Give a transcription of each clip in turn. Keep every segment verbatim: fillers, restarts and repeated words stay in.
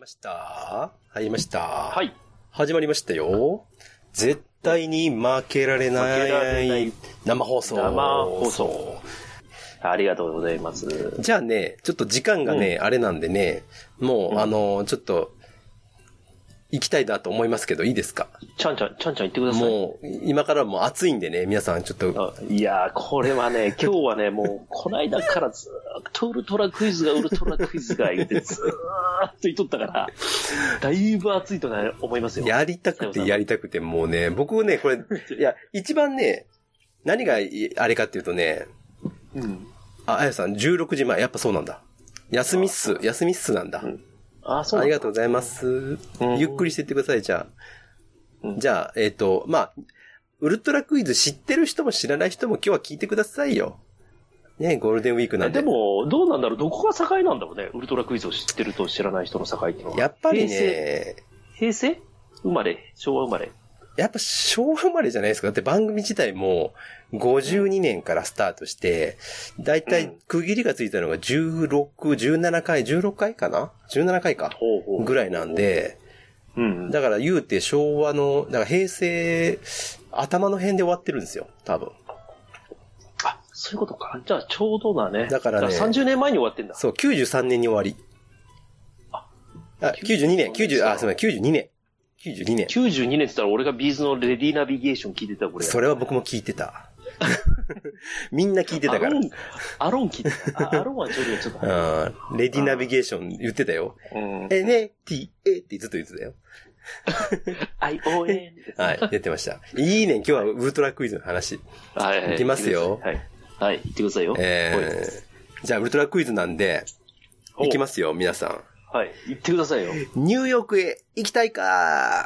ました入りました。 はい。 始まりましたよ。絶対に負けられない。 負けられない生放送。 生放送。ありがとうございます。 じゃあね、ちょっと時間がね、うん、あれなんでね、もう、うん、あの、ちょっと、行きたいなと思いますけど、いいですか？ ちゃんちゃん、ちゃんちゃん行ってください。 もう、今からもう暑いんでね、皆さんちょっと。 いやー、これはね、今日はね、もう、こないだからずーっとウルトラクイズが、ウルトラクイズが言ってずーっと言っとったから、だいぶ暑いとね、思いますよ。 やりたくてやりたくて、もうね、僕ね、これ、いや、一番ね、何があれかっていうとね、うん。あ、あやさん、じゅうろくじまえ、やっぱそうなんだ。休みっす、休みっすなんだ。うんあ、そうありがとうございます。うん、ゆっくりしていってください、じゃあ。うん、じゃあ、えっ、ー、と、まあ、ウルトラクイズ知ってる人も知らない人も今日は聞いてくださいよ。ね、ゴールデンウィークなんで。 でも、どうなんだろう、どこが境なんだろうね、ウルトラクイズを知ってると知らない人の境っていうのは。 やっぱりね、 平成、平成生まれ昭和生まれやっぱ昭和生まれじゃないですか。だって番組自体もごじゅうにねんからスタートして、だいたい区切りがついたのがじゅうろく、じゅうななかい、じゅうろっかいかな ?じゅうななかいか。ぐらいなんで、だから言うて昭和の、だから平成頭の辺で終わってるんですよ、多分。 あ、そういうことか。じゃあちょうどだね。 だからね。 からさんじゅうねんまえに終わってんだ。 そう、きゅうじゅうさんねんに終わり。あ、あきゅうじゅうにねん、きゅうじゅう、あ、すみません、きゅうじゅうにねん。きゅうじゅうにねん。 きゅうじゅうにねんって言ったら俺がビーズのレディーナビゲーション聞いてたこれ。 それは僕も聞いてた。みんな聞いてたから。アロン、 アロン聞いてた。アロンはちょっとちょっと。 うん。レディーナビゲーション言ってたよ。うん。エヌティーエー ってずっと言ってたよ。 アイオーエヌはい、出てました。いいね、今日はウルトラクイズの話。はい。いきますよ。 はい。はい、言ってくださいよ。 えー、じゃあウルトラクイズなんで、いきますよ、皆さん。 はい。行ってくださいよ。 ニューヨークへ行きたいか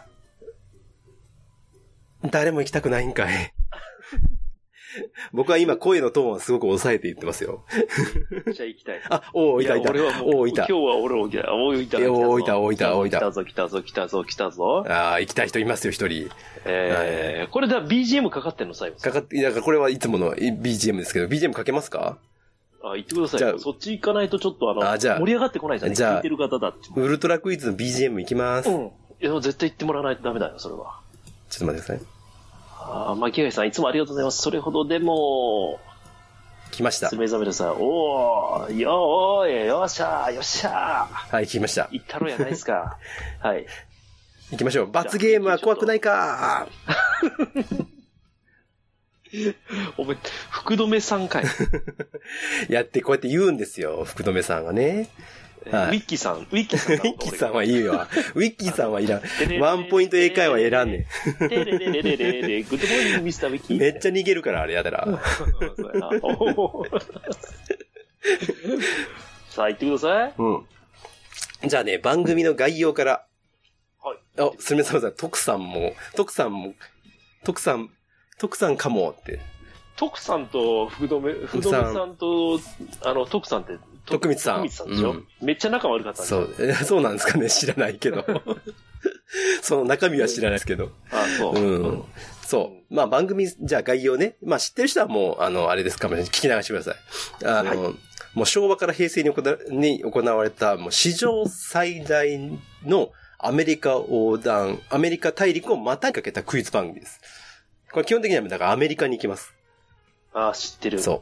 誰も行きたくないんかい。僕は今声のトーンはすごく抑えて言ってますよ。 じゃあ行きたい。 あ、おー、いたいた。おー、いた。 今日は俺も来た。おー、いた。 おー、いた、おー、いた、おー、いた。 来たぞ、来たぞ、来たぞ、来たぞ。 あー、行きたい人いますよ、一人。 えー、これでは ビージーエム かかってんの最後。 かかって、だからこれはいつもの ビージーエム ですけど、ビージーエム かけますか？ あ、言ってください。じゃあ、そっち行かないとちょっとあの、あじゃあ盛り上がってこないじゃん。じゃあ、聞いてる方だって。 ウルトラクイズの ビージーエム 行きます。うん。 いや、絶対行ってもらわないとダメだよ、それは。 ちょっと待ってください。 ああ、巻貝さん、いつもありがとうございます。それほどでも、 来ました。 スメザメルさん、おー、よーい、よっしゃー、よっしゃー。 はい、来ました。 行ったろやないですか。はい。 行きましょう。罰ゲームは怖くないかおめ、福留さんかい。 やって、こうやって言うんですよ、福留さんがね。 はい、ウィッキーさん、ウィッキーさん。 ウィッキーさんはいいわ。ウィッキーさんはいらん。ワンポイント英会話選んねん。 レレレレレレレグッドモーニングミスターウィッキー。 めっちゃ逃げるからあれやだら。 さあ、行ってください。 うん。じゃあね、番組の概要から。 はい。 あ、すみません、徳さんも、徳さんも、徳さん、徳さんかもって。 徳さんと福留、福留さんと、あの、徳さんって、 徳光さん。 徳光さんでしょ、うん、めっちゃ仲悪かったんそう、そうなんですかね、知らないけど。その中身は知らないですけど。 あ、そう。 うん。そう。まあ番組、じゃあ概要ね。まあ知ってる人はもう、あの、あれですかもしれない。聞き流してください。あの、はい、もう昭和から平成に行わに行われた、もう史上最大のアメリカ横断、アメリカ大陸を股にかけたクイズ番組です。これ基本的にはだからアメリカに行きます。 ああ、知ってる。 そう。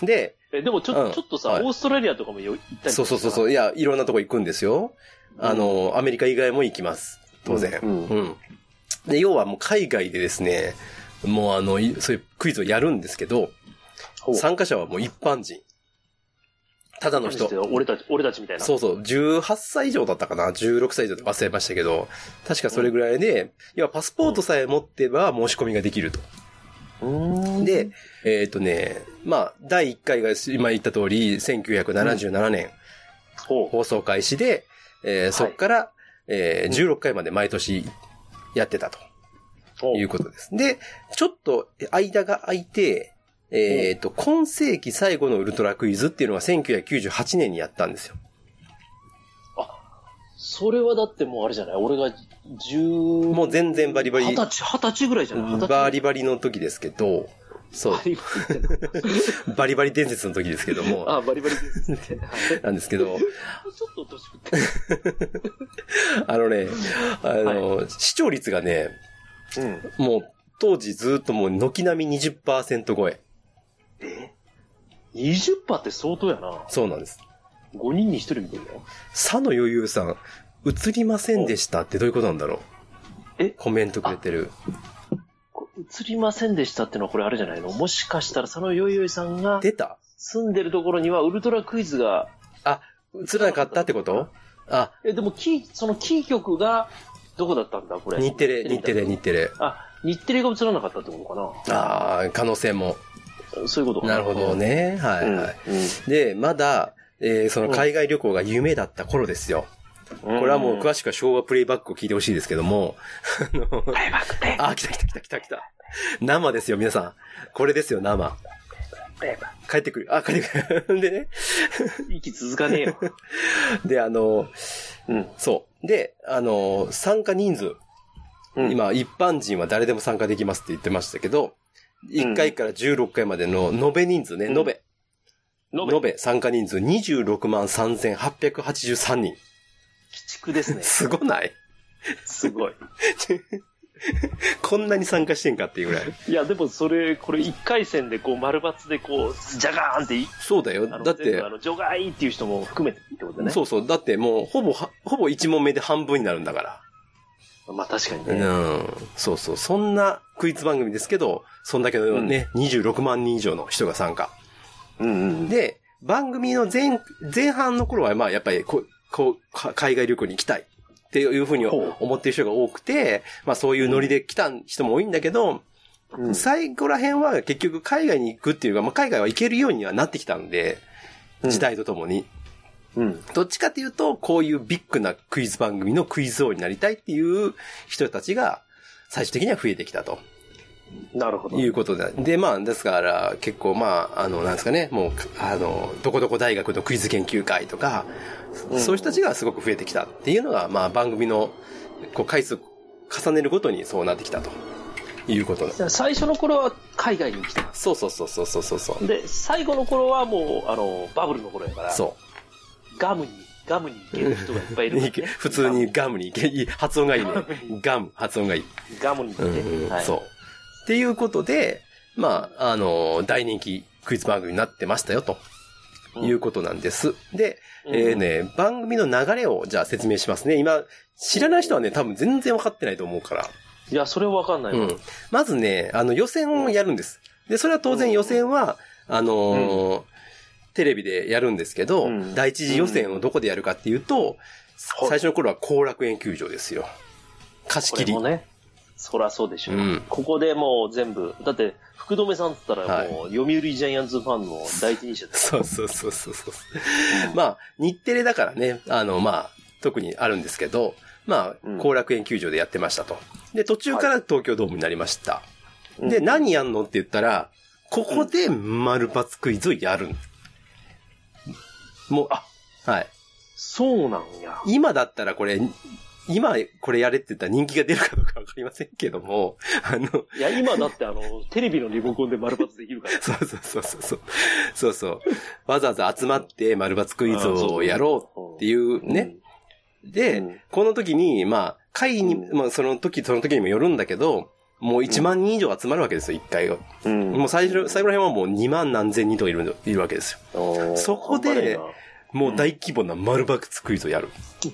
で、 え、でもちょっと、うん、ちょっとさ、はい、オーストラリアとかも行ったりとか。 そうそうそうそう。いや、いろんなとこ行くんですよ。うん、あの、アメリカ以外も行きます。当然。うん。うん、で、要はもう海外でですね、もうあの、そういうクイズをやるんですけど、参加者はもう一般人。ただの人。 俺たち、俺たちみたいな。 そうそう。じゅうはっさい以上だったかな ?じゅうろくさい以上忘れましたけど、確かそれぐらいで、うん、要はパスポートさえ持ってば申し込みができると。で、えっとね、まあ、だいいっかいが今言った通り、せんきゅうひゃくななじゅうななねん、うん、放送開始で、えー、そっから、はい、えー、じゅうろっかいまで毎年やってたということです。で、ちょっと間が空いて、えっと、今世紀最後のウルトラクイズっていうのがせんきゅうひゃくきゅうじゅうはちねんにやったんですよ。 あ、それはだってもうあれじゃない俺がじゅう、 もう全然バリバリ。 二十歳、二十歳ぐらいじゃないバリバリの時ですけど、 そう。 バリバリってバリバリ伝説の時ですけども。 あ、バリバリ伝説って。 なんですけど。ちょっと年食って。 あのね、あの、はい、視聴率がね、うん、もう当時ずっともう軒並み にじゅっパーセント 超え。 え ?にじゅっパーセント って相当やな。 そうなんです。 ごにんにひとりみたいな。 佐野余裕さん、映りませんでしたってどういうことなんだろう。えコメントくれてる。 映りませんでしたってのはこれあれじゃないの？もしかしたら佐野よいよいさんが出た住んでるところにはウルトラクイズがあ映らなかったってこと？あえでもキーそのキー局がどこだったんだこれ？ 日テレ日テレ日テレ。 あ日テレが映らなかったってことかな？ ああ可能性も。 そういうことかな。 なるほどね。はいはい。うんうん、でまだ、えー、その海外旅行が夢だった頃ですよ。これはもう詳しくは昭和プレイバックを聞いてほしいですけども。 プレイバックで。 あ、来た来た来た来た来た。生ですよ、皆さん。これですよ、生。帰ってくる。あ、帰ってくる。でね。 息続かねえよ。 で、あの、うん、そう。で、あの、参加人数。うん、今、一般人は誰でも参加できますって言ってましたけど、いっかいからじゅうろっかいまでの延べ人数ね、うん、延べ。延べ。延べ参加人数にじゅうろくまんさんぜんはっぴゃくはちじゅうさんにん。 鬼畜ですね。 すごない？ すごい。 こんなに参加してんかっていうぐらい。 いや、でもそれ、これいっかい戦でこう丸抜でこう、ジャガーンっていそうだよ。だって。 あの、除外っていう人も含めてってことね。 そうそう。だってもう、ほぼ、ほぼいち問目で半分になるんだから。 まあ確かにね。 うん。そうそう。そんなクイズ番組ですけど、そんだけのね、うん、にじゅうろくまんにん以上の人が参加。うんうん。で、番組の前、前半の頃はまあやっぱりこう、こう、海外旅行に行きたいっていうふうに思ってる人が多くて、まあそういうノリで来た人も多いんだけど、うん、最後ら辺は結局海外に行くっていうか、まあ海外は行けるようにはなってきたんで、時代とともに。うん。どっちかっていうと、こういうビッグなクイズ番組のクイズ王になりたいっていう人たちが最終的には増えてきたと。 なるほど。 いうことで。で、まあ、ですから、結構、まあ、あの、なんですかね、もう、あの、どこどこ大学のクイズ研究会とか、うん、そういう人たちがすごく増えてきたっていうのが、まあ、番組の、こう、回数重ねるごとにそうなってきたということなんです。 最初の頃は海外に来てます。 そうそうそうそうそうそう。 で、最後の頃はもう、あの、バブルの頃やから。 そう。 ガムに、ガムに行ける人がいっぱいいる、ね。 普通にガムに行け、いい、発音がいいね。ガム、発音がいい。 ガムに行って、 うんはい。そう。っていうことで、まあ、あの、大人気クイズ番組になってましたよ、ということなんです。うん、で、えー、ね、番組の流れをじゃあ説明しますね。今、知らない人はね、多分全然分かってないと思うから。 いや、それは分かんないわ。うん。 まずね、あの、予選をやるんです。で、それは当然予選は、あのーうん、テレビでやるんですけど、うん、第一次予選をどこでやるかっていうと、うん、最初の頃は後楽園球場ですよ。貸し切り。 これもね、そらそうでしょう、うん。ここでもう全部、だって、福留さんって言ったらもう、読売ジャイアンツファンの第一人者です。 そうそうそうそうそう。うん、まあ、日テレだからね、あの、まあ、特にあるんですけど、まあ、後楽園球場でやってましたと。で、途中から東京ドームになりました。はい、で、何やんのって言ったら、ここで丸抜クイズをやる。もう、あ、はい。 そうなんや。 今だったらこれ、今これやれって言ったら人気が出るかどうかわかりませんけども、あの。 いや、今だってあの、テレビのリモコンで丸抜できるから。 そうそうそうそう。そうそう。わざわざ集まって丸抜クイズをやろうっていうね。うん、で、うん、この時に、まあ、会に、まあ、その時、その時にもよるんだけど、もういちまんにん以上集まるわけですよ、いっかいが。うん、もう最初、最後ら辺はもうにまん何千人とかいる、いるわけですよ。そこで、もう大規模な丸抜クイズをやる。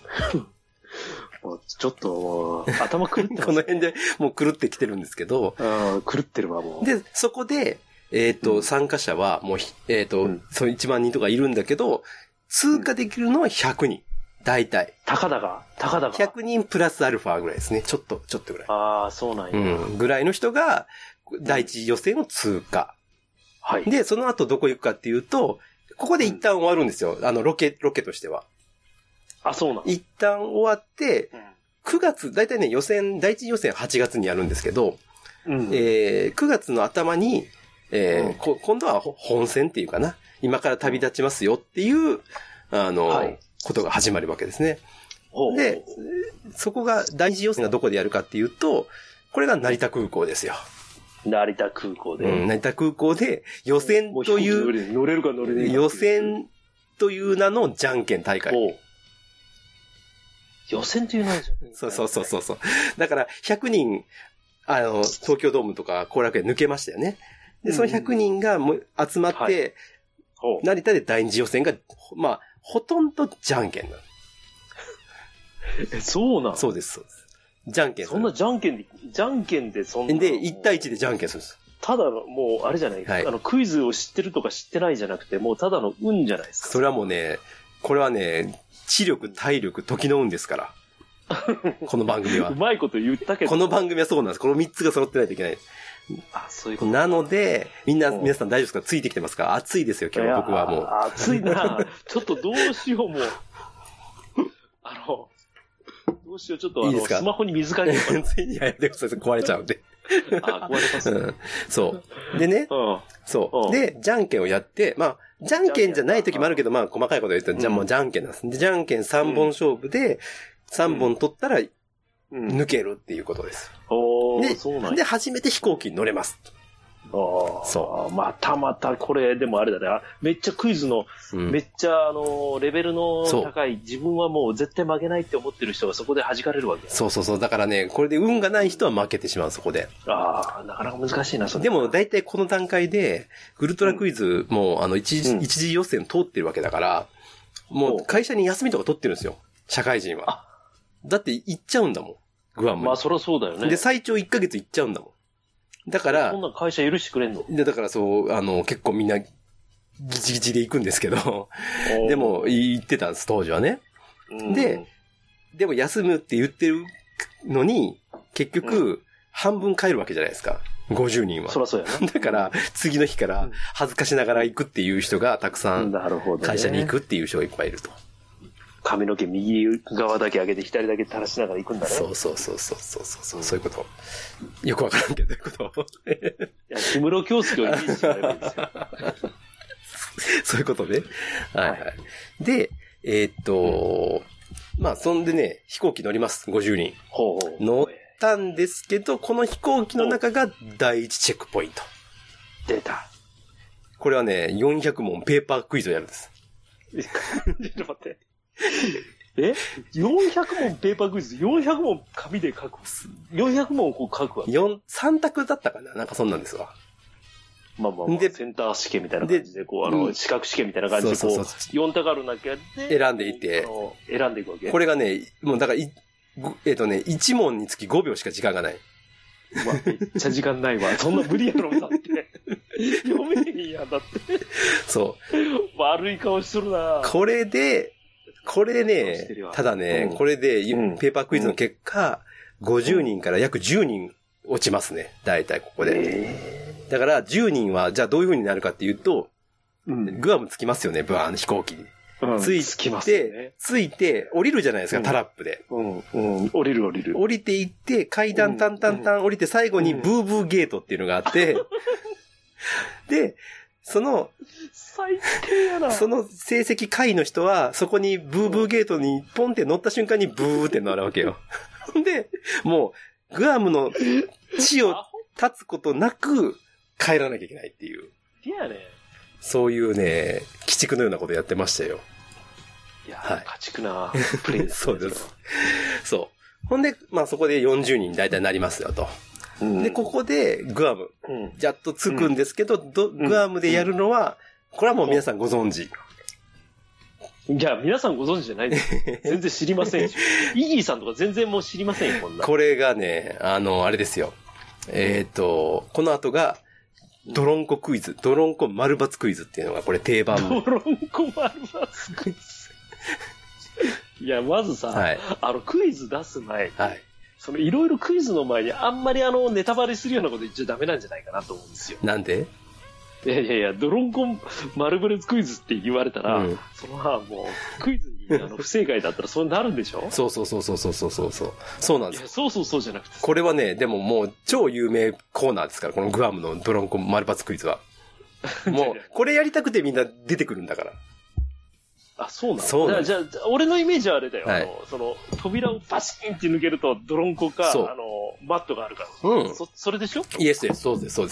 ちょっと、頭狂ってます。 この辺でもう狂ってきてるんですけど。 あ狂ってるわ、もう。 で、そこで、えっ、ー、と、うん、参加者はもう、えっ、ー、と、うん、そのいちまんにんとかいるんだけど、通過できるのはひゃくにん。大体。 たかだが、たかだが。 ひゃくにんプラスアルファぐらいですね。ちょっと、ちょっとぐらい。 ああ、そうなんや。 うん。ぐらいの人が、第一次予選を通過。はい。で、その後どこ行くかっていうと、ここで一旦終わるんですよ。あの、ロケ、ロケとしては。 あ、そうなん。 一旦終わって、うん、くがつ、だいたいね、予選、第一次予選はちがつにやるんですけど、うん、えー、くがつの頭に、えーうん、こ今度は本戦っていうかな。今から旅立ちますよっていう、あの、はい、ことが始まるわけですね。で、そこが、第一次予選がどこでやるかっていうと、これが成田空港ですよ。 成田空港で。 うん、成田空港で予選という、 乗れるか乗れないか。 予選という名のじゃんけん大会。 予選という名のじゃんけん。 そうそうそうそうそう。だからひゃくにん、あの、東京ドームとか後楽園抜けましたよね。で、そのひゃくにんがも集まって、はい、成田で第二次予選が、まあ、ほとんどじゃんけんなの。 え、そうなの？ そうです、そうです。じゃんけん。 そんなじゃんけんで、じゃんけんでそんな。 で、いち対いちでじゃんけんするんです。 ただの、もう、あれじゃない、はい、あの、クイズを知ってるとか知ってないじゃなくて、もうただの運じゃないですか。 それはもうね、これはね、知力、体力、時の運ですから。この番組は。 うまいこと言ったけど。 この番組はそうなんです。このみっつが揃ってないといけない。 あ、そういうこと。 なので、みんな、皆さん大丈夫ですか？ついてきてますか？暑いですよ、今日僕はもう。 暑いなちょっとどうしよう、もう。あの、どうしよう、ちょっとあの、いいですか？スマホに水かけようかな。 ついにやめてください、壊れちゃうんで。 あ、壊れます、ね、うん。 そう。でね、うん、そう。で、じゃんけんをやって、まあ、じゃんけんじゃない時もあるけど、まあ、細かいこと言ったら、じゃあもうじゃんけんなんです。で、じゃんけんさんぼん勝負で、さんぼん取ったら、抜けるっていうことです。 おで、 そうなんで、初めて飛行機に乗れます。 そう。またまたこれ、でもあれだね。めっちゃクイズの、うん、めっちゃあの、レベルの高い、自分はもう絶対負けないって思ってる人がそこで弾かれるわけ。 そうそうそう。だからね、これで運がない人は負けてしまう、そこで。 ああ、なかなか難しいな、それ。 でも、大体この段階で、ウルトラクイズも、うん、あの、一次、うん、一次予選通ってるわけだから、もう会社に休みとか取ってるんですよ。社会人は。だって行っちゃうんだもん。グアムに。 まあ、そりゃそうだよね。 で、最長いっかげつ行っちゃうんだもん。だから、 そんな会社許してくれんの？ で、だからそう、あの、結構みんな、ギチギチで行くんですけど、でも、行ってたんです、当時はね。で、でも休むって言ってるのに、結局、半分帰るわけじゃないですか。ごじゅうにんは。 そりゃそうやな。 だから、次の日から恥ずかしながら行くっていう人がたくさん、会社に行くっていう人がいっぱいいると。 髪の毛右側だけ上げて左だけ垂らしながら行くんだね。 そうそうそうそうそうそう、うん、そういうこと。よくわからんけど、どういうこと。いや、氷室京介をイメージしてもらえばいいですよ。 そういうことね。はいはい。で、えー、っと、うん、まあ、そんでね、飛行機乗ります、ごじゅうにん。 ほうほう。 乗ったんですけど、この飛行機の中が第一チェックポイント。 出た。 これはね、よんひゃくもんペーパークイズをやるんです。 ちょっと待って。え ?よんひゃく 問ペーパークイズ、よんひゃく問紙で書く。よんひゃく問をこう書くわ。 四、三択だったかななんかそんなんですわ。 まあまあ、まあ、センター試験みたいな感じで、こう、あの、資格試験みたいな感じで、こう、そうそうそうよん択ある中で、 選んでいって、 選んでいくわけ。 これがね、もうだから、いえっとね、いち問につきごびょうしか時間がない。 うわ、めっちゃ時間ないわ。そんな無理やろ、だって。読めへんやん、だって。 そう。 悪い顔しとるな。 これで、これね、ただね、うん、これで、ペーパークイズの結果、うん、ごじゅうにんから約じゅうにん落ちますね。だいたいここで。えー、だから、じゅうにんは、じゃあどういう風になるかっていうと、うん、グアム着きますよね、ブワーン、飛行機に。 うん、 着いて、着ますね、着いて、降りるじゃないですか、うん、タラップで。 うん、うん、降りる降りる。 降りていって、階段タンタンタン降りて、最後にブーブーゲートっていうのがあって、で、その、 最低やな。 その成績下位の人は、そこにブーブーゲートにポンって乗った瞬間にブーってなるわけよ。で、もう、グアムの地を立つことなく帰らなきゃいけないっていう。 いやね。 そういうね、鬼畜のようなことやってましたよ。 いや、はい、家畜なプレイです、 ね。そうです。そう。ほんで、まあそこでよんじゅうにん大体なりますよと。うん、で、ここでグアム、うん、やっと着くんですけど、うん、どグアムでやるのは、これはもう皆さんご存知。 いや、皆さんご存知じゃないです。全然知りませんよ。イギーさんとか全然もう知りませんよ、こんな。 これがね、あの、あれですよ。えっと、この後が、ドロンコクイズ、ドロンコ丸抜クイズっていうのがこれ定番。 ドロンコ丸抜クイズ。いや、まずさ、はい、あの、クイズ出す前に、はい、そのいろいろクイズの前にあんまりあの、ネタバレするようなこと言っちゃダメなんじゃないかなと思うんですよ。 なんで？ いやいやいや、ドロンコ丸ブレクイズって言われたら、うん、そのはもう、クイズにあの不正解だったらそうなるんでしょ？ そうそうそうそうそうそうそう。そうなんです。いや、 そうそうそうじゃなくて。 これはね、でももう超有名コーナーですから、このグアムのドロンコ丸抜クイズは。もう、これやりたくてみんな出てくるんだから。 あ、そうなの？そうなの。じゃあ、俺のイメージはあれだよ。はい、あの、その、扉をバシーンって抜けると、ドロンコか、あの、バットがあるから。うん。そ、それでしょ？ イエスです、そうです、そうです。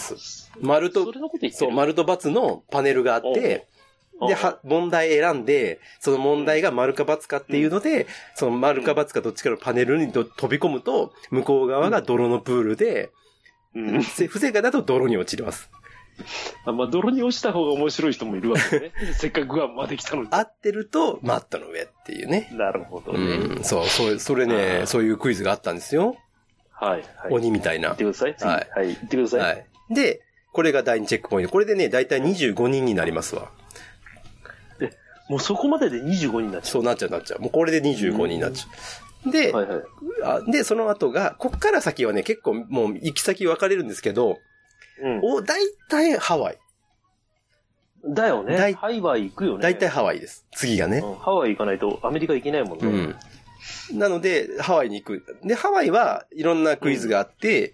丸と、それのこと言ってる？そう、丸と×のパネルがあって、で、は、問題選んで、その問題が丸か×かっていうので、うん、その丸か×かどっちかのパネルに飛び込むと、向こう側が泥のプールで、うん、不正解だと泥に落ちます。 あ、まあ、泥に落ちた方が面白い人もいるわけね。せっかくグアムまで来たのに。 合ってると、マットの上っていうね。 なるほどね。 うん、そう、そう、それね、そういうクイズがあったんですよ。 はい、はい。 鬼みたいな。 言ってください。はい。はい、言ってください。はい。 で、これが第二チェックポイント。これでね、だいたいにじゅうごにんになりますわ。 え、もうそこまででにじゅうごにんになっちゃう？ そうなっちゃう、なっちゃう。もうこれでにじゅうごにんになっちゃう。で、はいはい、あ、で、その後が、こっから先はね、結構もう行き先分かれるんですけど、うん、お、だいたいハワイ。 だよね。ハワイ行くよね。 だいたいハワイです。次がね、 うん。ハワイ行かないとアメリカ行けないもんね。 うん。なので、ハワイに行く。で、ハワイはいろんなクイズがあって、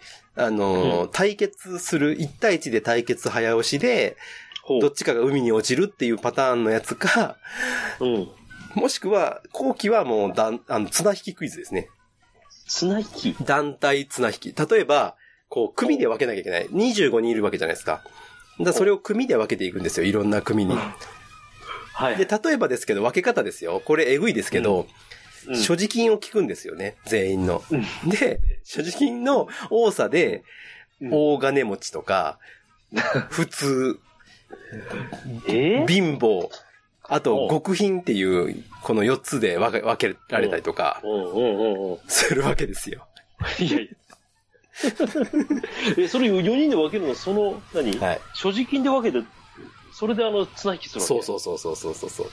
うん、あの、うん、対決する、いち対いちで対決早押しで、どっちかが海に落ちるっていうパターンのやつか、うん。もしくは、後期はもうだん、あの、綱引きクイズですね。 綱引き？ 団体綱引き。例えば、こう、組で分けなきゃいけない。にじゅうごにんいるわけじゃないですか。だそれを組で分けていくんですよ。いろんな組に。はい。で、例えばですけど、分け方ですよ。これ、えぐいですけど、うん、所持金を聞くんですよね。全員の。うん、で、所持金の多さで、大金持ちとか、普通、えー、貧乏、あと、極貧っていう、このよっつで分け、分けられたりとか、するわけですよ。いやいや。 え、それよにんで分けるのその、何、はい、所持金で分けて、それであの、綱引きするわけ？ そうそうそうそうそうそう。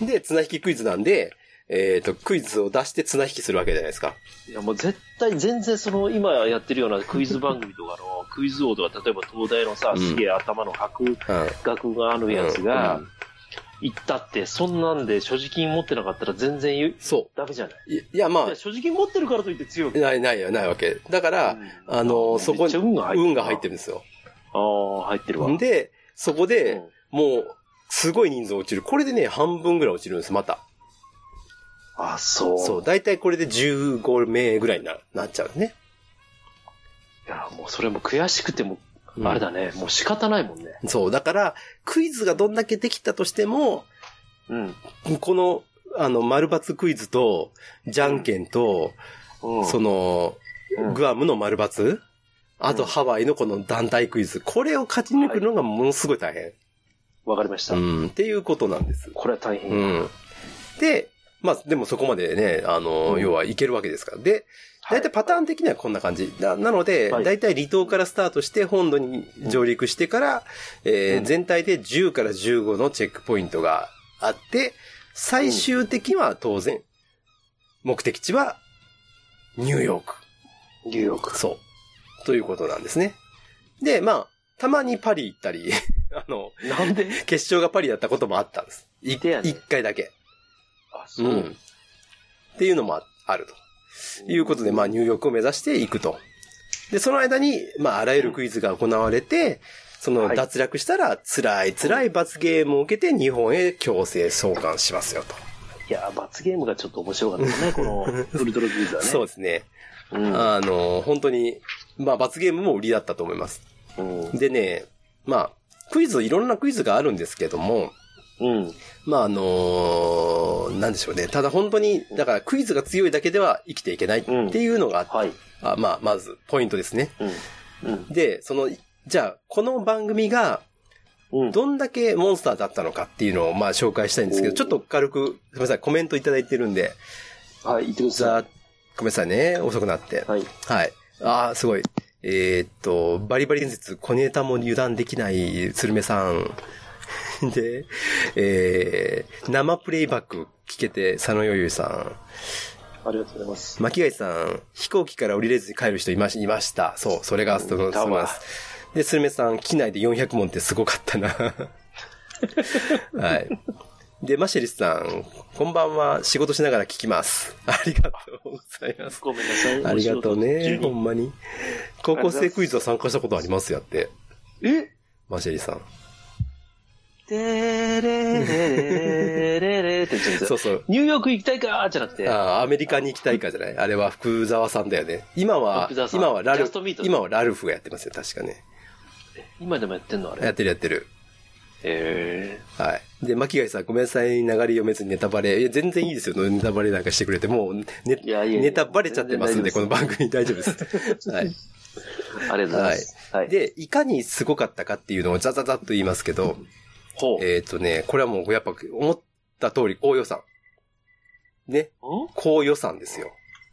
で、綱引きクイズなんで、えっと、クイズを出して綱引きするわけじゃないですか。 いや、もう絶対全然その、今やってるようなクイズ番組とかの、クイズ王とか、例えば東大のさ、うん、すげえ頭の白、学があるやつが、うんうん行ったって、そんなんで所持金持ってなかったら全然言う。そう。ダメじゃない。 いや、まあ。 所持金持ってるからといって強くない、ないよ、ないわけ。だから、うん、あの、そこに、運が入ってる。運が入ってるんですよ。 ああ、入ってるわ。 で、そこで、うん、もう、すごい人数落ちる。これでね、半分ぐらい落ちるんです、また。 あ、そう。 そう。だいたいこれでじゅうごめいぐらいに な, なっちゃうね。 いや、もうそれも悔しくても、あれだね、うん、もう仕方ないもんね。 そう。だから、クイズがどんだけできたとしても、うん。この、あの、丸抜クイズと、じゃんけんと、うん、その、うん、グアムの丸抜、あとハワイのこの団体クイズ、これを勝ち抜くのがものすごい大変。 わ、はい、かりました。 うん。っていうことなんです。 これは大変。うん。で、まあ、でもそこまでね、あの、うん、要はいけるわけですから。で、だいたいパターン的にはこんな感じ。な, なので、はい、だいたい離島からスタートして本土に上陸してから、うんえーうん、全体でじゅうからじゅうごのチェックポイントがあって、最終的には当然、目的地はニューヨーク。 ニューヨーク。 そう。ということなんですね。で、まあ、たまにパリ行ったり、あの、 なんで決勝がパリだったこともあったんです。いてやね。一回だけ。 あ、そう、うん。 っていうのもあると。いうことで、まあ、ニューヨークを目指していくと。で、その間に、まあ、あらゆるクイズが行われて、その、脱落したら、辛い辛い罰ゲームを受けて、日本へ強制送還しますよと。 いや、罰ゲームがちょっと面白かったですね、この、ウルトラクイズはね。 そうですね。うん、あの、本当に、まあ、罰ゲームも売りだったと思います。うん、でね、まあ、クイズ、いろんなクイズがあるんですけども、うん。まあ、あのー、なんでしょうね。ただ本当に、だからクイズが強いだけでは生きていけないっていうのがあって、うんはい、あまあ、まず、ポイントですね。うんうん、で、その、じゃあ、この番組が、どんだけモンスターだったのかっていうのを、まあ、紹介したいんですけど、ちょっと軽く、すみません、コメントいただいてるんで。 はい、言ってください。 ごめんなさいね、遅くなって。はい。はい。ああ、すごい。えー、っと、バリバリ伝説、小ネタも油断できないスルメさん。で、えー、生プレイバック聞けて、佐野よゆさん。 ありがとうございます。 巻貝さん、飛行機から降りれずに帰る人いまいました。そう、それがストロースます。で、スルメさん、機内でよんひゃくもんってすごかったな。はい。で、マシェリスさん、こんばんは。仕事しながら聞きます。ありがとうございます。 ごめんなさい。 ありがとうね。ほんまに。高校生クイズは参加したことありますやって。 えマシェリさん。 てれれれれれって言ってるんですよ。 そうそう。 ニューヨーク行きたいかーじゃなくて。 ああ、アメリカに行きたいかじゃない。あれは福沢さんだよね。今は、今はラルフ、今はラルフがやってますよ、確かね。 今でもやってんのあれ。 やってるやってる。 へえ。 はい。で、巻貝さん、ごめんなさい、流れ読めずにネタバレ。いや、全然いいですよ、ネタバレなんかしてくれて。もう、ね、いやいやいやネタバレちゃってますんで、この番組大丈夫です。はい。 ありがとうございます。 はい。で、いかにすごかったかっていうのをザザザッと言いますけど、ほう。えっとね、これはもうやっぱ思った通り高予算。ね。高予算ですよ。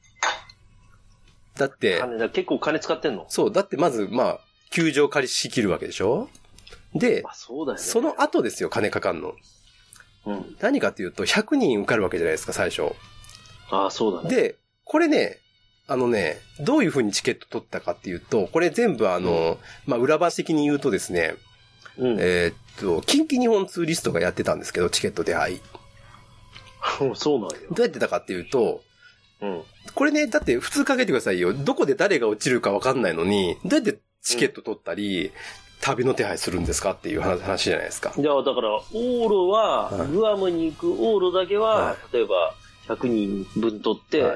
だって。 金結構金使ってんの？ そう。だってまず、まあ、球場借りしきるわけでしょ？で、 あ、そうだよね、 その後ですよ、金かかんの。うん。何かっていうと、ひゃくにん受かるわけじゃないですか、最初。 ああ、そうだね。 で、これね、あのね、どういう風にチケット取ったかっていうと、これ全部あの、うん、まあ、裏話的に言うとですね、うん、えー、っと、近畿日本ツーリストがやってたんですけど、チケット手配。 そうなんよ。 どうやってたかっていうと、うん、これね、だって普通かけてくださいよ。どこで誰が落ちるか分かんないのに、どうやってチケット取ったり、うん、旅の手配するんですかっていう話じゃないですか。 いや、だから、往路は、グアムに行く往路だけは、はい、例えばひゃくにんぶん取って、はい、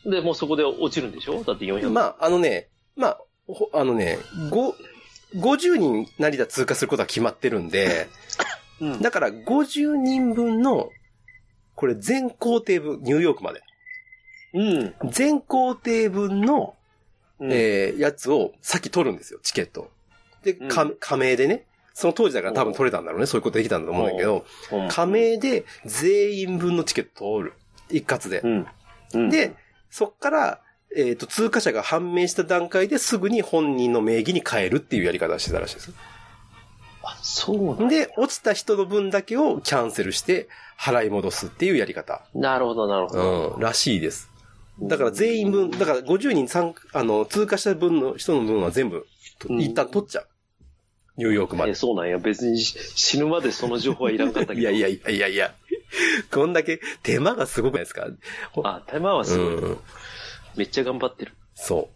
で、もうそこで落ちるんでしょ？だってよんひゃく。 まあ、あのね、まあ、あのね、ご、ごじゅうにん成田通過することは決まってるんで、うん、だからごじゅうにんぶんの、これ全行程分、ニューヨークまで。うん。全行程分の、うん、えー、やつを先取るんですよ、チケット。で、か、うん、加盟でね、その当時だから多分取れたんだろうね、そういうことできたんだと思うんだけど、加盟で全員分のチケットを取る。一括で。うんうん、で、そっから、えっと、通過者が判明した段階ですぐに本人の名義に変えるっていうやり方をしてたらしいです。 あ、そうなんだ。 で、落ちた人の分だけをキャンセルして払い戻すっていうやり方。 なるほど、なるほど。 うん、らしいです。だから全員分、だからごじゅうにん参あの、通過した分の人の分は全部、うん、一旦取っちゃう。ニューヨークまで。 え、そうなんや。別に死ぬまでその情報はいらんかったけど。 いやいやいやいやいや。こんだけ手間がすごくないですか？ あ、手間はすごい。うん、めっちゃ頑張ってる。 そう。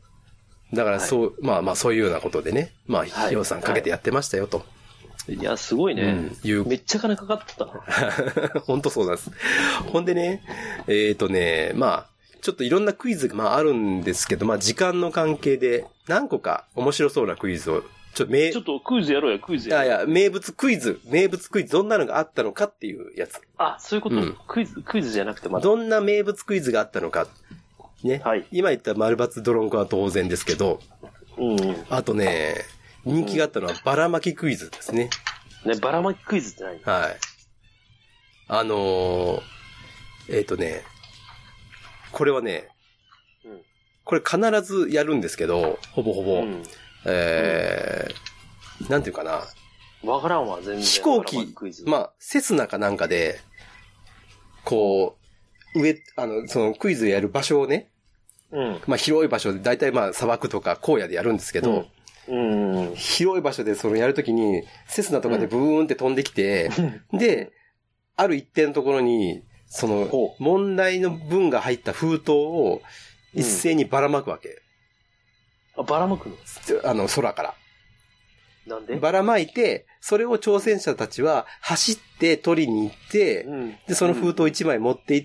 だからそう、はい、まあまあそういうようなことでね。まあ、費用さんかけてやってましたよと。はいはい、いや、すごいね。うん、めっちゃ金かかってた。 本当そうなんです。ほんでね、えっ、ー、とね、まあ、ちょっといろんなクイズがまああるんですけど、まあ時間の関係で何個か面白そうなクイズを、 ちょっと名、ちょっとクイズやろうや、クイズやろう。いやいや、名物クイズ、名物クイズ、どんなのがあったのかっていうやつ。 あ、そういうこと、うん、クイズ、クイズじゃなくてまだ。どんな名物クイズがあったのか。ね。はい。今言った丸抜ドロンコは当然ですけど、うん。あとね、人気があったのはばらまきクイズですね。 ね、ばらまきクイズって何？ はい。あのー、えっとね、これはね、うん、これ必ずやるんですけど、ほぼほぼ。うん、えー、うん、なんていうかな。 わからんわ、全然。 飛行機、まあ、セスナかなんかで、こう、上、あの、そのクイズやる場所をね、うん、まあ広い場所で、だいたいまあ砂漠とか荒野でやるんですけど、うんうん、広い場所でそのやるときに、セスナとかでブーンって飛んできて、うん、で、ある一定のところに、その、問題の文が入った封筒を一斉にばらまくわけ。 うん、あ、ばらまくの？ あの、空から。 なんで？ ばらまいて、それを挑戦者たちは走って取りに行って、うん、で、その封筒一枚持って行って、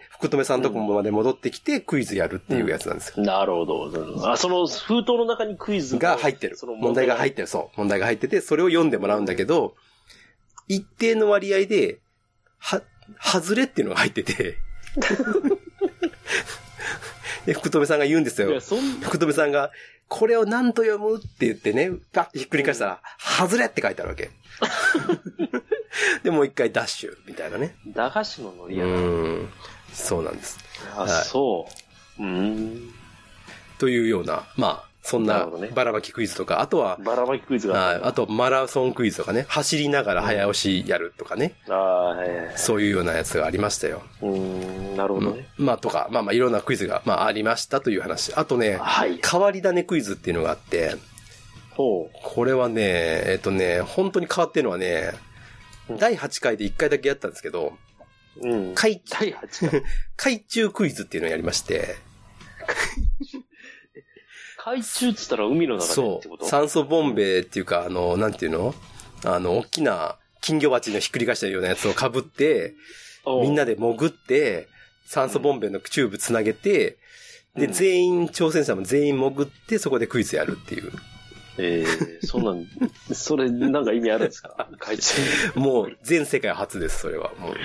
福留さんのとこまで戻ってきてクイズやるっていうやつなんですよ。 うん、なるほど。あ、その封筒の中にクイズが入ってる。その問題が入ってる。そう。問題が入ってて、それを読んでもらうんだけど、一定の割合で、は、外れっていうのが入ってて、で、福留さんが言うんですよ。福留さんが、これを何と読むって言ってね、パッてひっくり返したら、うん、外れって書いてあるわけ。で、もう一回ダッシュ、みたいなね。 駄菓子のノリやな。うん。 そうなんです。 あ、はい、そう。うん。 というような、まあ、そんなばらまきクイズとか、あとは、 ばらまきクイズがあ、あとマラソンクイズとかね、走りながら早押しやるとかね。うん、ああ、はいはい。そういうようなやつがありましたよ。 うん、なるほどね。 まあとか、まあまあいろんなクイズが、まあありましたという話。あとね、はい、変わり種クイズっていうのがあって、ほう。これはね、えっとね、本当に変わってるのはね、うん、だいはちかいでいっかいだけやったんですけど、うん。海、 だいはちかい海中クイズっていうのをやりまして、 海中って言ったら海の中でってこと？ そう。酸素ボンベっていうか、あの、なんていうの？あの、大きな金魚鉢のひっくり返したようなやつを被って、みんなで潜って、酸素ボンベのチューブつなげて、で、全員、挑戦者も全員潜って、そこでクイズやるっていう。 ええー、そんなん、それなんか意味あるんですか？海中。 もう、全世界初です、それは。も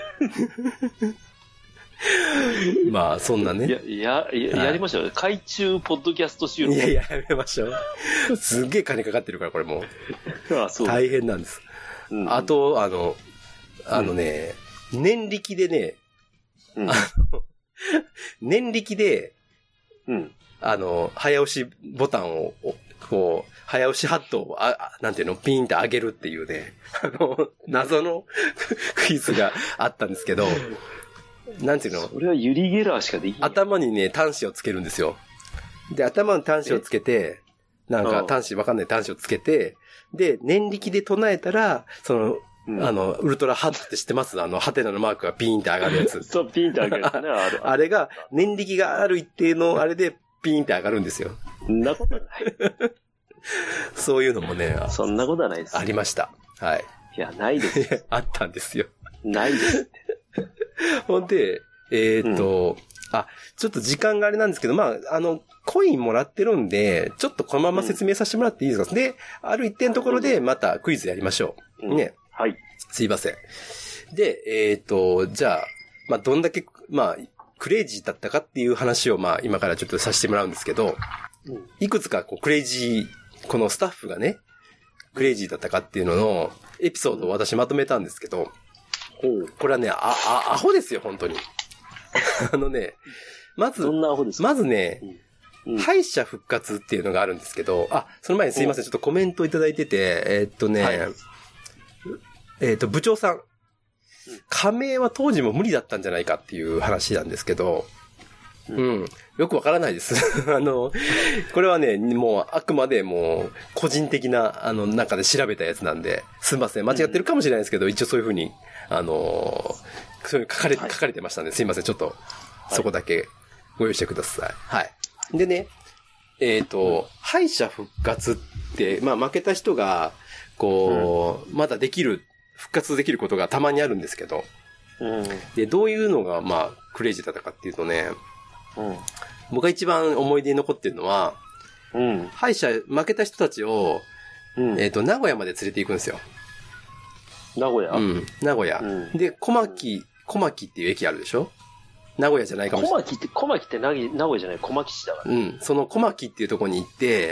うまあ、そんなね。 いや、いや、やりましょう。海中ポッドキャスト収録。 いやいや、やめましょう。すっげえ金かかってるから、これもう。ああ、そう。大変なんです。うん、あと、あの、あのね、うん、年力でね、うん、あの、年力で、うん、あの、早押しボタンを、こう、早押しハットを、あ、なんていうの、ピーンって上げるっていうね、あの、謎のクイズがあったんですけど、なんていうの？ それはユリ・ゲラーしかできない。 頭にね、端子をつけるんですよ。で、頭に端子をつけて、なんか端子、わかんない端子をつけて、で、念力で唱えたら、その、うん、あの、ウルトラハットって知ってます？あの、ハテナのマークがピーンって上がるやつ。 そう、ピーンって上がるやつね、ある。 あれが、念力がある一定のあれで、ピーンって上がるんですよ。 そんなことない。 そういうのもね、 そんなことはないです。 ありました。はい。 いや、ないです。 あったんですよ。 ないですって。 ほんで、えー、っと、うん、あ、ちょっと時間があれなんですけど、まあ、あの、コインもらってるんで、ちょっとこのまま説明させてもらっていいですか？うん、で、ある一定のところでまたクイズやりましょう。うん、ね。 はい。 すいません。で、えー、っと、じゃあ、まあ、どんだけ、まあ、クレイジーだったかっていう話を、まあ、今からちょっとさせてもらうんですけど、うん、いくつかこう、クレイジー、このスタッフがね、クレイジーだったかっていうののエピソードを私まとめたんですけど、これはね、あ、あ、アホですよ、本当に。あのね、まず、 どんなアホですか？ まずね、うんうん、敗者復活っていうのがあるんですけど、あ、その前にすいません、ちょっとコメントいただいてて、えー、っとね、はい、えー、っと、部長さん、加盟は当時も無理だったんじゃないかっていう話なんですけど、うん、うん、よくわからないです。あの、これはね、もうあくまでもう個人的な、あの、中で調べたやつなんで、すいません、間違ってるかもしれないですけど、うん、一応そういうふうに、あのー、そういう書かれ、書かれてましたんで、すいません、ちょっと、そこだけご用意してください。はい。でね、えっと、うん、敗者復活って、まあ負けた人が、こう、うん、まだできる、復活できることがたまにあるんですけど、うん、で、どういうのが、まあ、クレイジーだったかっていうとね、うん、僕が一番思い出に残ってるのは、うん、敗者、負けた人たちを、うん、えっと、名古屋まで連れて行くんですよ。 名古屋うん。名古屋。うん、で、小牧、小牧っていう駅あるでしょ？名古屋じゃないかもしれない。 小牧って、小牧って名古屋じゃない、小牧市だから。 うん。その小牧っていうところに行って、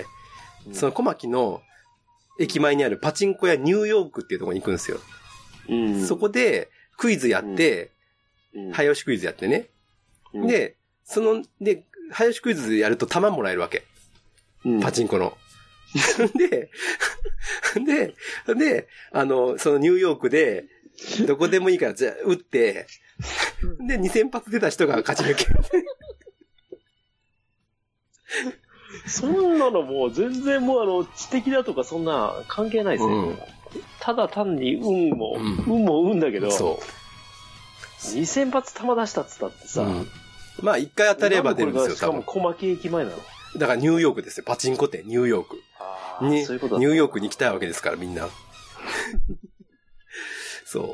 うん、その小牧の駅前にあるパチンコ屋ニューヨークっていうところに行くんですよ。うん。そこでクイズやって、うん、早押しクイズやってね。うん、で、その、で、早押しクイズやると玉もらえるわけ。うん、パチンコの。で、で、で、あの、そのニューヨークで、どこでもいいから、じゃあ、打って、で、にせん発出た人が勝ち抜ける。 そんなのもう全然もうあの、知的だとかそんな関係ないですよ。うん、ただ単に運も、うん、運も運だけど、そう。にせん発弾出したっつったってさ、うん、 まあ一回当たれば出るんですよ、 しかも小牧駅前なの。 だからニューヨークですよ、パチンコ店、ニューヨーク。に、そういうことニューヨークに行きたいわけですから、みんな。そう。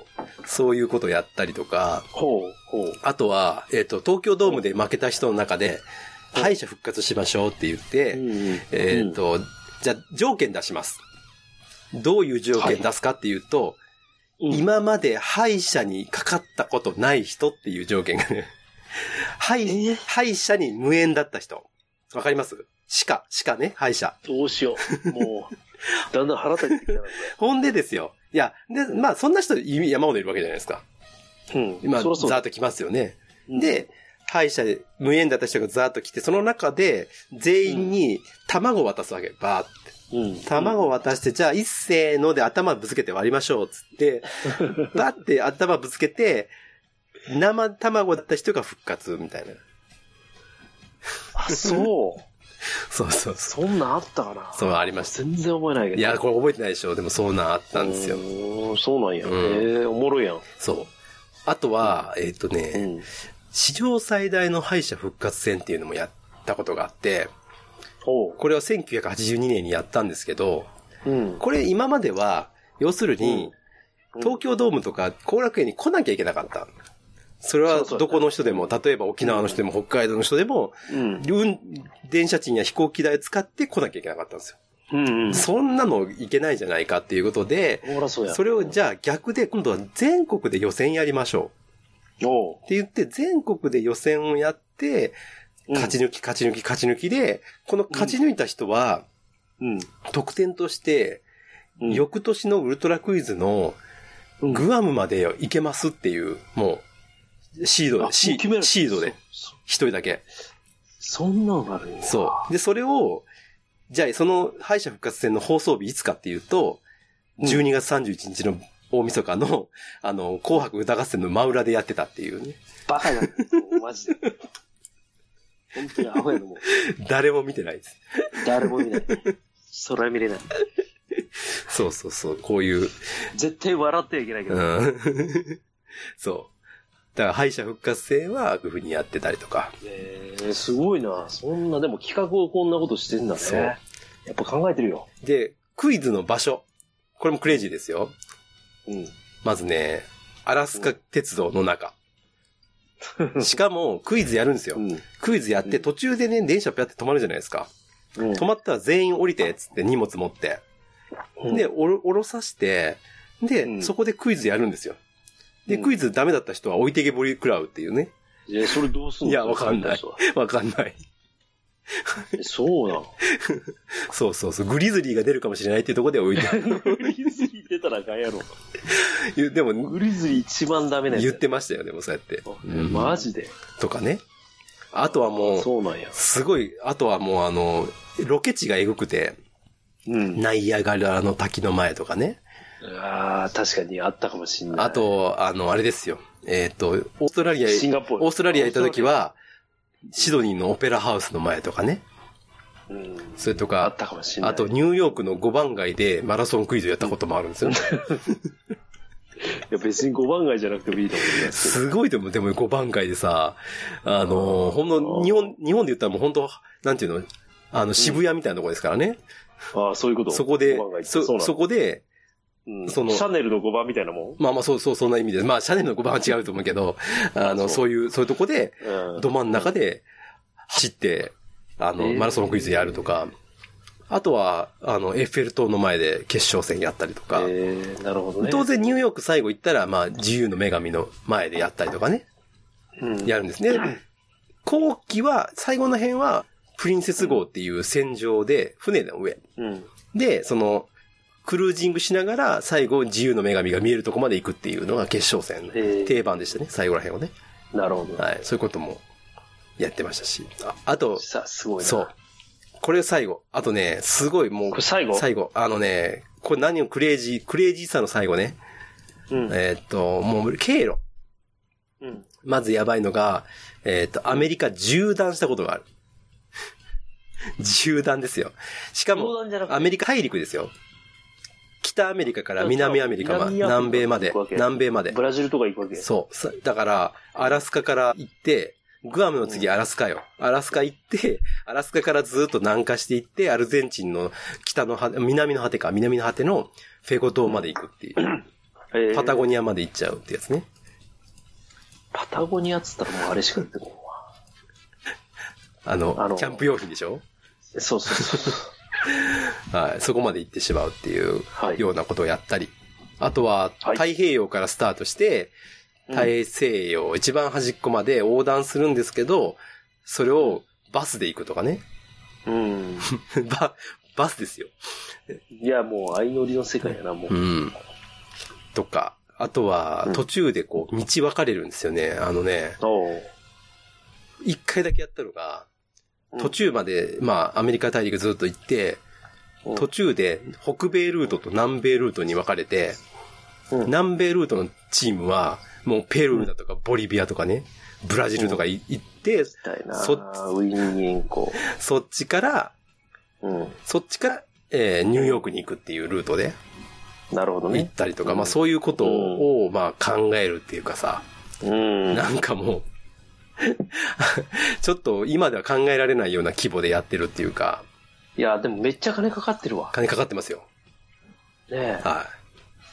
そういうことをやったりとか。ほう、ほう。あとは、えっと、東京ドームで負けた人の中で、敗者復活しましょうって言って、うん、えっと、うん、じゃあ、条件出します。どういう条件出すかっていうと、はい、今まで敗者にかかったことない人っていう条件がね、敗、敗者に無縁だった人。わかります？しか、しかね、敗者。 どうしよう。もう、だんだん腹立ってきたな。 ほんでですよ。いや、で、まあ、そんな人山ほどいるわけじゃないですか。うん。今、ザーッと来ますよね。うん、で、敗者で無縁だった人がザーッと来て、その中で、全員に卵を渡すわけ。バーって。うん、卵を渡して、じゃあ、一斉ので頭ぶつけて割りましょう、つって、バーって頭ぶつけて、生卵だった人が復活、みたいな。 あ、そう。 そうそうそう。そんなんあったかな。 そう、ありました。 全然覚えないけど。 いや、これ覚えてないでしょ。でもそんなんあったんですよ。 そうなんや。へ、うん、え、おもろいやん。 そう。あとは、うん、えっとね、うん、史上最大の敗者復活戦っていうのもやったことがあって、これはせんきゅうひゃくはちじゅうにねんにやったんですけど、うん、これ今までは、要するに、 東京ドームとか後楽園に来なきゃいけなかった。それはどこの人でも、例えば沖縄の人でも北海道の人でも、うん、電車賃や飛行機代を使って来なきゃいけなかったんですよ。うんうん、そんなのいけないじゃないかっていうことで、そ, それをじゃあ逆で今度は全国で予選やりましょう。おうって言って全国で予選をやって、勝ち抜き勝ち抜き勝ち抜きで、この勝ち抜いた人は、うん、得点として、うん、翌年のウルトラクイズのグアムまで行けますっていう、もう、シードで、シードで、一人だけ。 そんなのあるんだ。 そう。で、それを、じゃあ、その敗者復活戦の放送日いつかっていうと、じゅうにがつさんじゅういちにちの大晦日の、あの、紅白歌合戦の真裏でやってたっていうね。 バカだね。マジで。本当にアホやと思う。 誰も見てないです。 誰も見ない。それは見れない。 そうそうそう、こういう。 絶対笑ってはいけないけど。うん、 そう。だから敗者復活戦は、ああいう風にやってたりとか。 えー、すごいな。そんな、でも企画をこんなことしてんだね。そう。やっぱ考えてるよ。 で、クイズの場所。これもクレイジーですよ。うん。まずね、アラスカ鉄道の中。うん、しかも、クイズやるんですよ。うん、クイズやって、途中でね、電車ピャって止まるじゃないですか。うん、止まったら全員降りて、つって荷物持って。うん、で、おろ、おろさして、で、うん、そこでクイズやるんですよ。で、クイズダメだった人は置いてけぼり食らうっていうね。 いや、それどうすんの？ いや、わかんない。わかんない。 そうなの？ そうそうそう。グリズリーが出るかもしれないっていうところで置いてる。 グリズリー出たらあかんやろ。 でも、 グリズリー一番ダメなやつ。 言ってましたよ、でもそうやって。 うん、マジで？ とかね。あとはもう、 そうなんや。 すごい、あとはもうあの、ロケ地がエグくて、うん、ナイアガラの滝の前とかね。 ああ、確かにあったかもしんない。 あと、あの、あれですよ。えっと、オーストラリア、 シンガポール。 オーストラリア行った時は、シドニーのオペラハウスの前とかね。うん。それとか、 あったかもしんない。 あと、ニューヨークのごばん街でマラソンクイズやったこともあるんですよ。いや、別にごばん街じゃなくてもいいと思うんですけど。すごいでも、でもごばん街でさ、あの、ほんの、日本、日本で言ったらもう本当なんていうの、あの、渋谷みたいなところですからね。 うん、ああ、そういうこと。 そこで、そ、そこで、 うん、そのシャネルのごばんみたいなもん？ まあまあそうそう、そんな意味で。まあシャネルのごばんは違うと思うけど、あの、そういう、そういうとこで、ど真ん中で走って、あの、マラソンクイズやるとか、あとは、あの、エッフェル塔の前で決勝戦やったりとか、 えー、なるほどね。 当然ニューヨーク最後行ったら、まあ自由の女神の前でやったりとかね、うん、やるんですね。後期は、最後の辺は、プリンセス号っていう戦場で、船の上。うん、で、その、クルージングしながら最後自由の女神が見えるとこまで行くっていうのが決勝戦。定番でしたね、最後ら辺をね。 なるほど。 はい。そういうこともやってましたし。あ, あと、 さ、すごいな。 そう。これ最後。あとね、すごいもう。 これ最後最後。あのね、これ何をクレイジー、クレイジーさの最後ね。うん、えー、っと、もう経路。うん。まずやばいのが、えー、っと、アメリカ縦断したことがある。縦断ですよ。しかも、アメリカ大陸ですよ。北アメリカから南アメリカまで、南米まで、南米まで。 ブラジルとか行くわけ？ そう。だから、アラスカから行って、グアムの次アラスカよ。アラスカ行って、アラスカからずっと南下していって、アルゼンチンの北の果て、南の果てか、南の果てのフェゴ島まで行くっていう。えー、パタゴニアまで行っちゃうってやつね。 パタゴニアっつったらもうあれしか出てこんわ。 あの、あの、キャンプ用品でしょ？ そうそうそう。 はい、そこまで行ってしまうっていうようなことをやったり。はい、あとは、太平洋からスタートして、はい、大西洋、一番端っこまで横断するんですけど、それをバスで行くとかね。うん。バ、バスですよ。 いや、もう相乗りの世界やな、もう。うん。 とか、あとは、途中でこう、道分かれるんですよね。あのね、一回だけやったのが、途中まで、まあ、アメリカ大陸ずっと行って、途中で北米ルートと南米ルートに分かれて、南米ルートのチームは、もうペルーだとかボリビアとかね、ブラジルとか行って、 そっち、ウィンニンコ。 そっちから、そっちから、えー、ニューヨークに行くっていうルートで、 なるほどね。 行ったりとか、まあそういうことを、まあ考えるっていうかさ、なんかもう、ちょっと今では考えられないような規模でやってるっていうか。 いや、でもめっちゃ金かかってるわ。 金かかってますよ。 ねえ。 はい。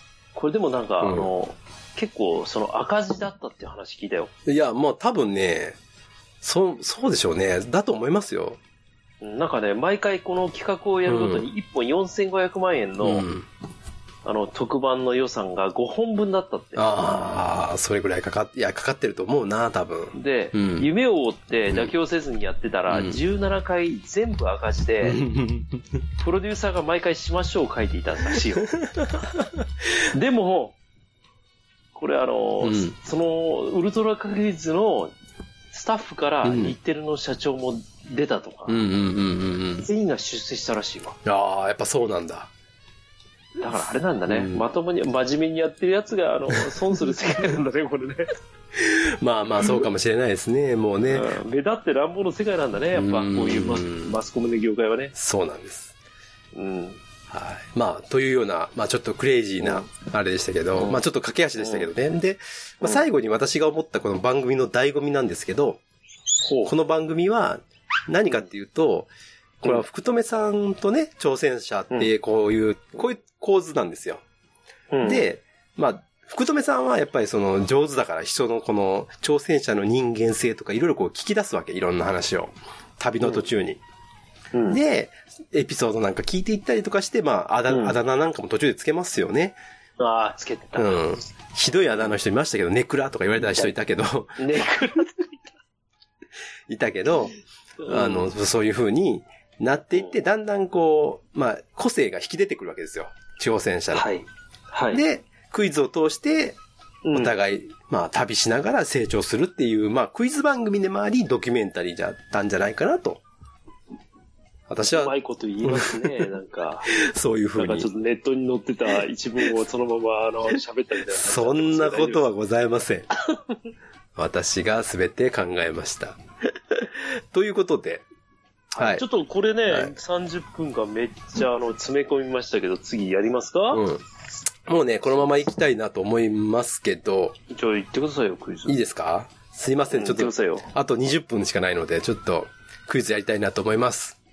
これでもなんか、うん、あの、結構その赤字だったっていう話聞いたよ。 いや、まあ多分ね、そう、そうでしょうね。だと思いますよ。 なんかね、毎回この企画をやるごとにいっぽんよんせんごひゃくまんえんの、うん、あの、特番の予算がごほんぶんだったって。 ああ、それぐらいかかっ、いや、かかってると思うな、多分。 で、うん、夢を追って妥協せずにやってたら、うん、じゅうななかい全部赤字で、うん、プロデューサーが毎回しましょう書いていたらしいよ。でも、これあの、うん、その、ウルトラクイズのスタッフから日テレの社長も出たとか、全員が出世したらしいわ。 ああ、やっぱそうなんだ。 だからあれなんだね、うん、まともに、真面目にやってるやつが、あの、損する世界なんだね、これね。 まあまあ、そうかもしれないですね、もうね。 うん、目立って乱暴の世界なんだね、やっぱ、こういうマス、マスコミの業界はね。 そうなんです。 うん。 はい。まあ、というような、まあちょっとクレイジーな、あれでしたけど、うん、まあちょっと駆け足でしたけどね。うん、で、まあ、最後に私が思ったこの番組の醍醐味なんですけど、うん、この番組は何かっていうと、これは福留さんとね、挑戦者ってこういう、うん、こういう構図なんですよ。うん、で、まあ、福留さんはやっぱりその上手だから人のこの挑戦者の人間性とかいろいろこう聞き出すわけ、いろんな話を。旅の途中に。うん、で、エピソードなんか聞いていったりとかして、まあ、あだ、うん、あだ名なんかも途中でつけますよね。 ああ、つけてた。 うん。ひどいあだ名の人いましたけど、ネクラとか言われた人いたけど。 ネクラとかいた。 いたけど、あの、そういう風になっていって、だんだんこう、まあ、個性が引き出てくるわけですよ。挑戦者の。 はい。はい。 で、クイズを通して、お互い、うん、まあ、旅しながら成長するっていう、まあ、クイズ番組でもあり、ドキュメンタリーだったんじゃないかなと。私は。 うまいこと言いますね、なんか。 そういう風に。 なんかちょっとネットに載ってた一文をそのまま、あの、喋ったみたいな。 そんなことはございません。私が全て考えました。ということで。 はい。ちょっとこれね、はい、さんじゅっぷんかんめっちゃあの、詰め込みましたけど、次やりますか？ うん。もうね、このまま行きたいなと思いますけど。 じゃあ行ってくださいよ、クイズ。 いいですか？すいません、ちょっと。あとにじゅっぷんしかないので、ちょっとクイズやりたいなと思います。